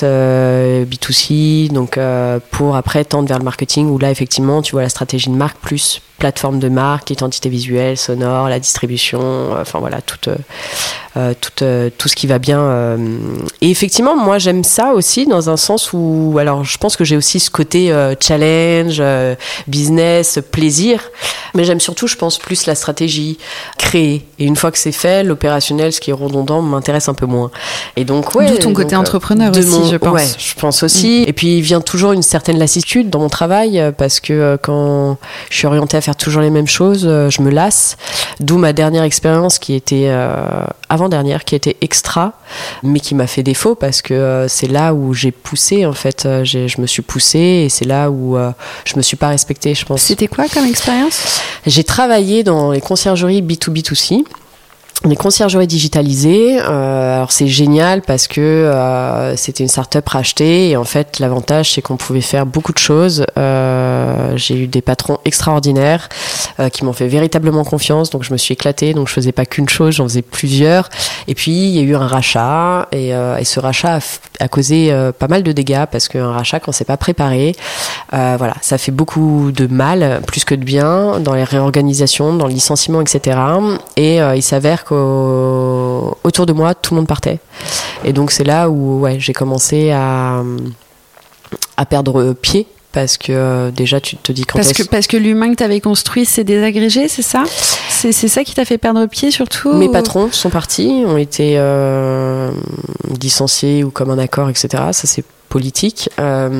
B: B2C, donc pour après tendre vers le marketing, où là effectivement tu vois la stratégie de marque plus plateforme de marque, identité visuelle, sonore, la distribution, enfin voilà, tout ce qui va bien. Et effectivement, moi j'aime ça aussi, dans un sens où, alors je pense que j'ai aussi ce côté challenge, business, plaisir, mais j'aime surtout, je pense, plus la stratégie, créer. Et une fois que c'est fait, l'opérationnel, ce qui est redondant, m'intéresse un peu moins. Et donc,
A: d'où ton côté entrepreneur aussi, je pense.
B: Ouais, je pense aussi. Et puis, il vient toujours une certaine lassitude dans mon travail, parce que quand je suis orientée à faire toujours les mêmes choses, je me lasse. D'où ma dernière expérience qui était avant-dernière, qui était extra, mais qui m'a fait défaut, parce que c'est là où j'ai poussé, en fait. Je me suis poussée, et c'est là où je me suis pas respectée, je pense.
A: C'était quoi comme expérience ?
B: J'ai travaillé dans les conciergeries B2B2C. Les conciergeries digitalisées, alors c'est génial parce que c'était une start-up rachetée, et en fait l'avantage c'est qu'on pouvait faire beaucoup de choses. J'ai eu des patrons extraordinaires qui m'ont fait véritablement confiance, donc je me suis éclatée, donc je faisais pas qu'une chose, j'en faisais plusieurs. Et puis il y a eu un rachat, et ce rachat a causé pas mal de dégâts, parce qu'un rachat, quand c'est pas préparé, voilà, ça fait beaucoup de mal plus que de bien dans les réorganisations, dans le licenciement, etc. Et il s'avère qu'autour de moi, tout le monde partait. Et donc c'est là où j'ai commencé à perdre pied, parce que déjà tu te dis
A: parce que l'humain que tu avais construit s'est désagrégé, c'est ça ? C'est ça qui t'a fait perdre pied surtout ?
B: Mes patrons sont partis, ont été licenciés ou comme un accord, etc. Ça c'est politique.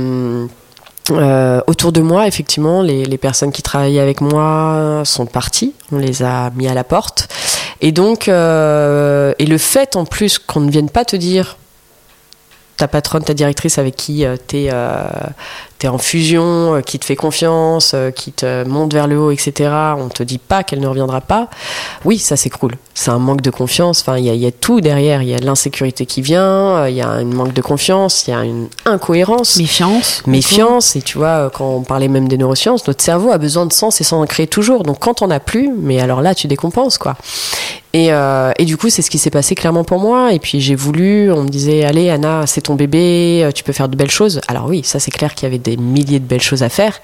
B: Autour de moi, effectivement, les personnes qui travaillaient avec moi sont parties. On les a mis à la porte. Et donc, et le fait en plus qu'on ne vienne pas te dire, ta patronne, ta directrice avec qui t'es en fusion, qui te fait confiance, qui te monte vers le haut, etc. On te dit pas qu'elle ne reviendra pas. Oui, ça s'écroule. C'est un manque de confiance. Enfin, il y a tout derrière. Il y a de l'insécurité qui vient. Il y a un manque de confiance. Il y a une incohérence. Méfiance. Et tu vois, quand on parlait même des neurosciences, notre cerveau a besoin de sens et s'en créer toujours. Donc quand on n'a plus, mais alors là, tu décompenses, quoi. Et du coup, c'est ce qui s'est passé clairement pour moi. Et puis j'ai voulu, on me disait, allez Anna, c'est ton bébé, tu peux faire de belles choses. Alors oui, ça c'est clair qu'il y avait des milliers de belles choses à faire.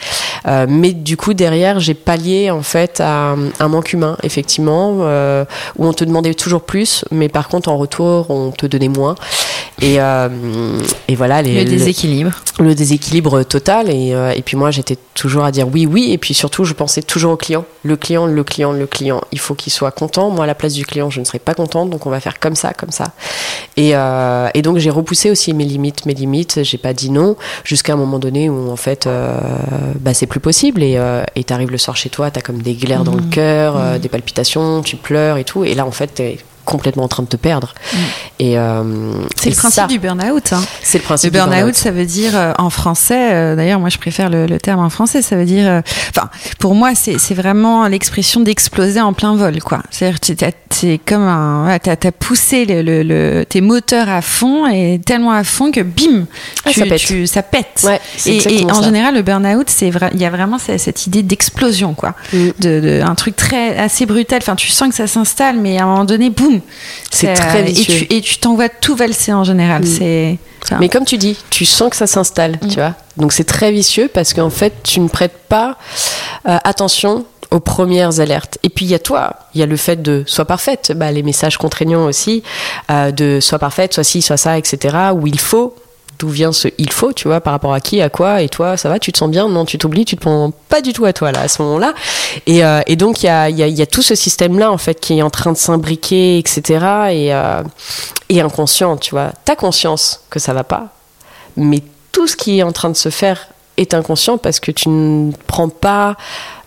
B: Mais du coup, derrière, j'ai pallié en fait à un manque humain, effectivement, où on te demandait toujours plus, mais par contre, en retour, on te donnait moins. Et voilà.
A: Le déséquilibre.
B: Le déséquilibre total. Et puis moi, j'étais toujours à dire oui. Et puis surtout, je pensais toujours au client. Le client. Il faut qu'il soit content. Moi, à la place du client, je ne serais pas contente. Donc, on va faire comme ça. Et donc, j'ai repoussé aussi mes limites. J'ai pas dit non jusqu'à un moment donné où, en fait, c'est plus possible. Et t'arrives le soir chez toi, t'as comme des glaires dans le cœur, des palpitations, tu pleures et tout. Et là, en fait, t'es complètement en train de te perdre. Et
A: c'est le principe du burn-out. Hein.
B: C'est le principe
A: du burn-out. Ça veut dire en français, d'ailleurs moi je préfère le terme en français, ça veut dire, pour moi c'est vraiment l'expression d'exploser en plein vol, quoi. C'est-à-dire c'est comme t'as poussé tes moteurs à fond, et tellement à fond que bim, ça pète.
B: Ouais,
A: et en général le burn-out, il y a vraiment cette idée d'explosion, quoi, de un truc assez brutal. Enfin, tu sens que ça s'installe, mais à un moment donné, boum.
B: C'est très vicieux.
A: Et tu t'envoies tout valser en général.
B: Mais comme tu dis, tu sens que ça s'installe, tu vois. Donc c'est très vicieux parce qu'en fait, tu ne prêtes pas attention aux premières alertes. Et puis il y a le fait de sois parfaite, les messages contraignants aussi, de sois parfaite, sois ci, sois ça, etc. Où il faut. D'où vient ce il faut, tu vois, par rapport à qui, à quoi, et toi, ça va, tu te sens bien? Non, tu t'oublies, tu te prends pas du tout à toi, là, à ce moment-là. Et donc, il y a tout ce système-là, en fait, qui est en train de s'imbriquer, etc. Et inconscient, tu vois. T'as conscience que ça va pas, mais tout ce qui est en train de se faire est inconscient parce que tu ne prends pas,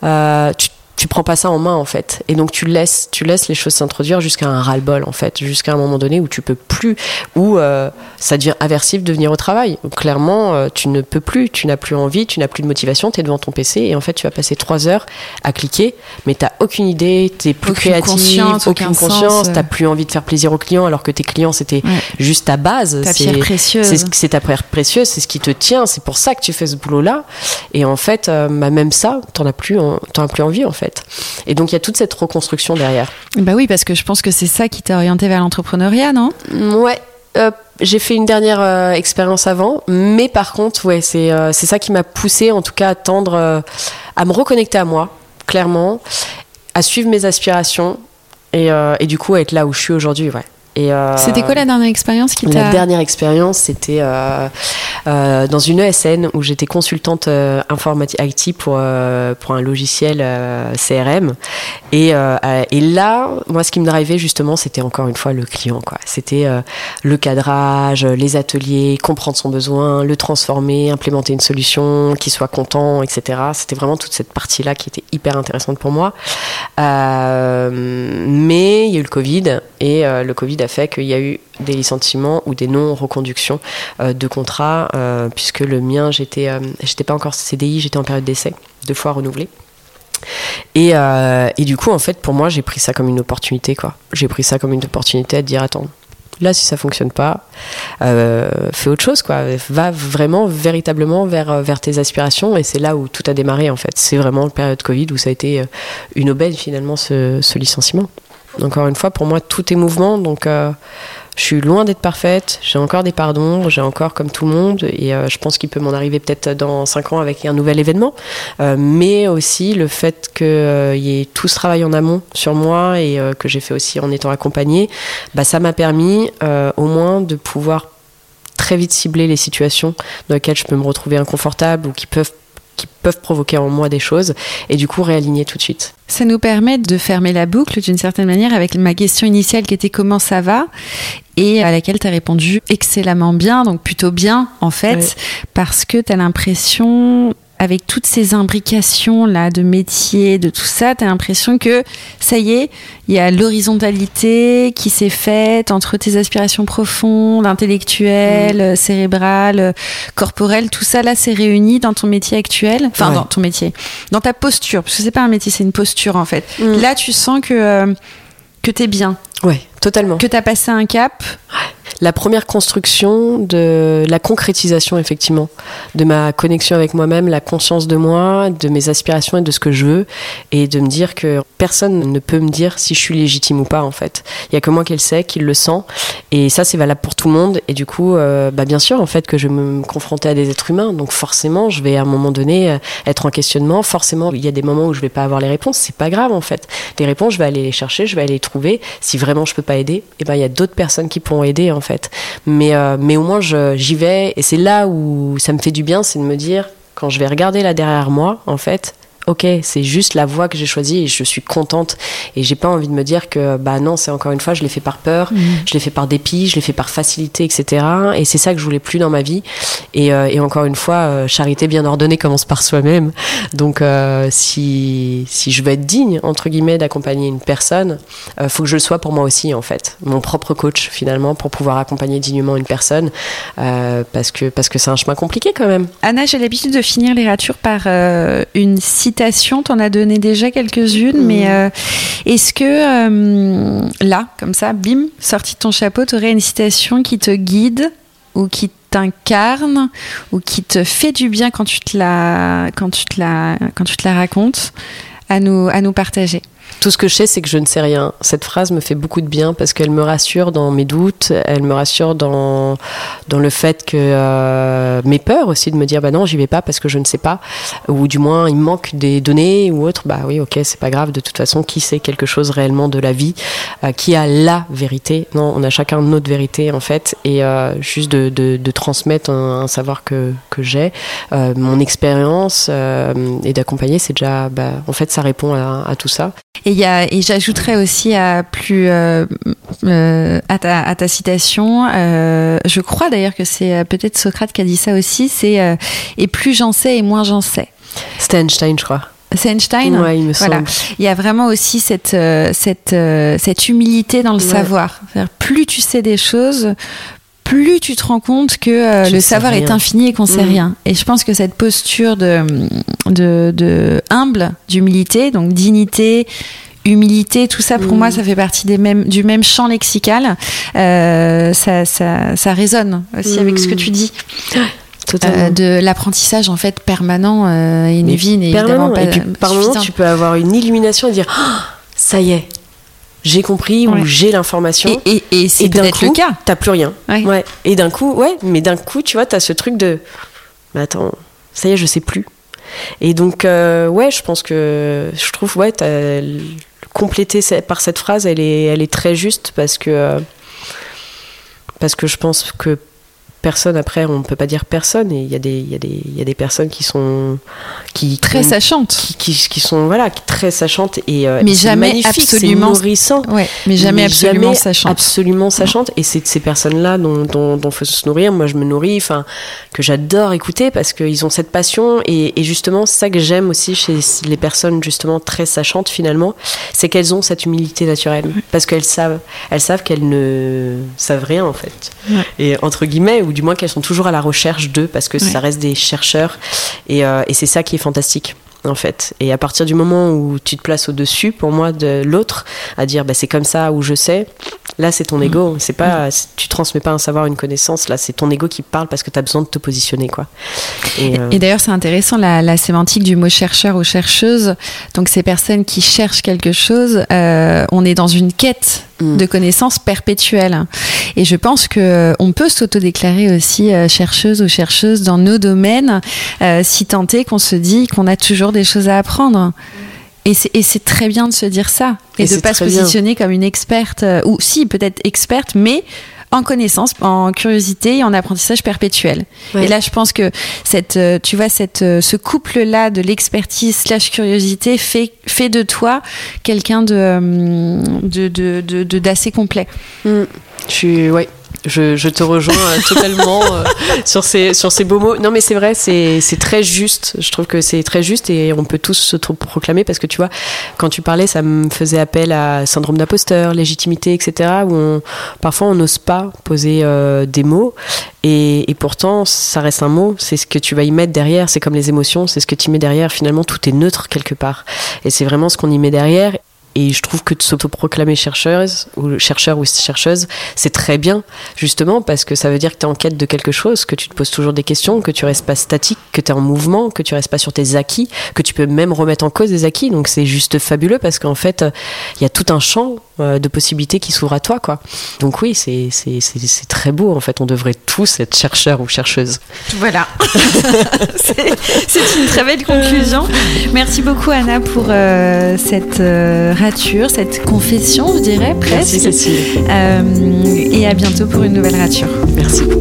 B: tu prends pas ça en main, en fait. Et donc tu laisses les choses s'introduire jusqu'à un ras-le-bol, en fait, jusqu'à un moment donné où tu peux plus, où ça devient aversif de venir au travail. Donc, clairement, tu ne peux plus, tu n'as plus envie, tu n'as plus de motivation, t'es devant ton PC et en fait tu vas passer 3 heures à cliquer, mais t'as aucune idée, t'es plus créative, aucune conscience, t'as plus envie de faire plaisir aux clients alors que tes clients c'était juste ta base,
A: ta pierre précieuse.
B: C'est ta pierre précieuse, c'est ce qui te tient, c'est pour ça que tu fais ce boulot-là. Et en fait, même ça, t'en as plus envie, en fait. Et donc il y a toute cette reconstruction derrière.
A: Bah oui, parce que je pense que c'est ça qui t'a orienté vers l'entrepreneuriat, non ?
B: Ouais. J'ai fait une dernière expérience avant, mais par contre, ouais, c'est ça qui m'a poussée, en tout cas, à tendre, à me reconnecter à moi, clairement, à suivre mes aspirations et du coup à être là où je suis aujourd'hui, ouais.
A: C'était quoi la dernière expérience qui t'a...
B: La dernière expérience, c'était dans une ESN où j'étais consultante informatique IT pour un logiciel CRM. Et là, moi, ce qui me drivait justement, c'était encore une fois le client, quoi. C'était le cadrage, les ateliers, comprendre son besoin, le transformer, implémenter une solution, qu'il soit content, etc. C'était vraiment toute cette partie-là qui était hyper intéressante pour moi. Mais il y a eu le Covid et le Covid a fait qu'il y a eu des licenciements ou des non-reconductions de contrats, puisque le mien, j'étais pas encore CDI, j'étais en période d'essai, 2 fois renouvelée. Et du coup, en fait, pour moi, j'ai pris ça comme une opportunité, quoi. J'ai pris ça comme une opportunité à te dire, attends, là, si ça fonctionne pas, fais autre chose, quoi. Va vraiment, véritablement vers tes aspirations. Et c'est là où tout a démarré, en fait. C'est vraiment la période Covid où ça a été une aubaine, finalement, ce licenciement. Encore une fois, pour moi, tout est mouvement. Donc, je suis loin d'être parfaite. J'ai encore des parts d'ombre. J'ai encore comme tout le monde. Et je pense qu'il peut m'en arriver peut-être dans 5 ans avec un nouvel événement. Mais aussi le fait qu'il y ait tout ce travail en amont sur moi et que j'ai fait aussi en étant accompagnée, ça m'a permis au moins de pouvoir très vite cibler les situations dans lesquelles je peux me retrouver inconfortable ou qui peuvent provoquer en moi des choses et du coup réaligner tout de suite.
A: Ça nous permet de fermer la boucle d'une certaine manière avec ma question initiale qui était comment ça va et à laquelle tu as répondu excellemment bien, donc plutôt bien en fait, parce que tu as l'impression, avec toutes ces imbrications là de métiers, de tout ça, tu as l'impression que ça y est, il y a l'horizontalité qui s'est faite entre tes aspirations profondes, intellectuelles, cérébrales, corporelles, tout ça là c'est réuni dans ton métier actuel, enfin dans ton métier, dans ta posture, parce que c'est pas un métier, c'est une posture en fait. Là tu sens que t'es bien.
B: Ouais, Totalement.
A: Que tu as passé un cap.
B: La première construction de la concrétisation, effectivement, de ma connexion avec moi-même, la conscience de moi, de mes aspirations et de ce que je veux, et de me dire que personne ne peut me dire si je suis légitime ou pas, en fait. Il y a que moi qui le sais, qui le sent, et ça, c'est valable pour tout le monde. Et du coup, bien sûr, en fait, que je vais me confronter à des êtres humains, donc forcément, je vais à un moment donné être en questionnement. Forcément, il y a des moments où je vais pas avoir les réponses. C'est pas grave, en fait. Les réponses, je vais aller les chercher, je vais aller les trouver. Si vraiment je peux pas aider, il y a d'autres personnes qui pourront aider, en fait. Mais au moins j'y vais, et c'est là où ça me fait du bien, c'est de me dire, quand je vais regarder là derrière moi, en fait, ok, c'est juste la voie que j'ai choisie et je suis contente, et j'ai pas envie de me dire que non, c'est encore une fois, je l'ai fait par peur, je l'ai fait par dépit, je l'ai fait par facilité, etc. Et c'est ça que je voulais plus dans ma vie. Et encore une fois, charité bien ordonnée commence par soi-même. Donc si je veux être digne, entre guillemets, d'accompagner une personne, faut que je le sois pour moi aussi, en fait, mon propre coach finalement, pour pouvoir accompagner dignement une personne, parce que c'est un chemin compliqué quand même.
A: Anna, j'ai l'habitude de finir les ratures par une citation. T'en as donné déjà quelques-unes, mais est-ce que là, comme ça, bim, sorti de ton chapeau, t'aurais une citation qui te guide ou qui t'incarne ou qui te fait du bien quand tu te la racontes à nous partager?
B: Tout ce que je sais, c'est que je ne sais rien. Cette phrase me fait beaucoup de bien parce qu'elle me rassure dans mes doutes, elle me rassure dans le fait que mes peurs aussi, de me dire non, j'y vais pas parce que je ne sais pas, ou du moins il me manque des données ou autre. Oui, ok, c'est pas grave. De toute façon, qui sait quelque chose réellement de la vie, qui a la vérité? Non, on a chacun notre vérité, en fait, et juste de transmettre un savoir que j'ai, mon expérience, et d'accompagner, c'est déjà, en fait, ça répond à tout ça.
A: Et j'ajouterais aussi à ta citation, je crois d'ailleurs que c'est peut-être Socrate qui a dit ça aussi, c'est et plus j'en sais et moins j'en sais.
B: C'était Einstein, je crois.
A: C'est Einstein.
B: Ouais, il me semble.
A: Voilà. Il y a vraiment aussi cette humilité dans le savoir. C'est-à-dire, plus tu sais des choses, plus tu te rends compte que le savoir est infini et qu'on sait rien. Et je pense que cette posture de humble, d'humilité, donc dignité, humilité, tout ça, pour moi, ça fait partie du même champ lexical. Ça résonne aussi avec ce que tu dis. De l'apprentissage, en fait, permanent, et une vie n'est évidemment pas
B: suffisante. Et puis, par moment, tu peux avoir une illumination et dire ça y est, j'ai compris, ou j'ai l'information.
A: Et c'est peut-être le cas.
B: T'as plus rien. Ouais. Et d'un coup, tu vois, t'as ce truc de attends, ça y est, je sais plus. Et donc, je pense que je trouve, t'as complété par cette phrase, elle est très juste parce que je pense que personne, après, on ne peut pas dire personne, et il y a des personnes qui sont
A: très sachantes,
B: qui sont très sachantes, et
A: mais
B: c'est
A: jamais
B: magnifique,
A: absolument
B: c'est nourrissant,
A: mais jamais absolument sachantes.
B: Absolument sachantes, et c'est de ces personnes-là dont faut se nourrir. Moi, je me nourris, que j'adore écouter parce qu'ils ont cette passion, et justement, c'est ça que j'aime aussi chez les personnes justement très sachantes, finalement, c'est qu'elles ont cette humilité naturelle, parce qu'elles savent qu'elles ne savent rien, en fait, et entre guillemets, ou du moins qu'elles sont toujours à la recherche d'eux, parce que ça reste des chercheurs, et c'est ça qui est fantastique, en fait. Et à partir du moment où tu te places au-dessus, pour moi, de l'autre, à dire c'est comme ça, ou je sais, là c'est ton ego, c'est pas, tu transmets pas un savoir, une connaissance, là c'est ton ego qui parle parce que tu as besoin de te positionner, quoi. Et
A: d'ailleurs, c'est intéressant la sémantique du mot chercheur ou chercheuse. Donc ces personnes qui cherchent quelque chose, on est dans une quête de connaissances perpétuelles. Et je pense qu'on peut s'autodéclarer aussi chercheuse ou chercheuse dans nos domaines, si tant est qu'on se dit qu'on a toujours des choses à apprendre. Et c'est très bien de se dire ça. Et de ne pas se positionner comme une experte, ou si, peut-être experte, mais en connaissance, en curiosité et en apprentissage perpétuel. Ouais. Et là, je pense que ce couple-là de l'expertise / curiosité fait de toi quelqu'un d'assez complet.
B: Je te rejoins totalement sur ces beaux mots. Non, mais c'est vrai, c'est très juste. Je trouve que c'est très juste, et on peut tous se proclamer, parce que tu vois, quand tu parlais, ça me faisait appel à syndrome d'imposteur, légitimité, etc., où parfois on n'ose pas poser des mots, et pourtant ça reste un mot, c'est ce que tu vas y mettre derrière, c'est comme les émotions, c'est ce que tu mets derrière, finalement tout est neutre quelque part, et c'est vraiment ce qu'on y met derrière. Et je trouve que de s'autoproclamer chercheur ou chercheuse, c'est très bien, justement, parce que ça veut dire que tu es en quête de quelque chose, que tu te poses toujours des questions, que tu restes pas statique, que tu es en mouvement, que tu restes pas sur tes acquis, que tu peux même remettre en cause des acquis. Donc c'est juste fabuleux parce qu'en fait, il y a tout un champ de possibilités qui s'ouvre à toi, quoi. Donc oui, c'est très beau, en fait. On devrait tous être chercheurs ou chercheuses.
A: Voilà. c'est une très belle conclusion. Merci beaucoup, Anna, pour cette rature, cette confession, je dirais, presque.
B: Merci, Cécile.
A: Et à bientôt pour une nouvelle rature.
B: Merci.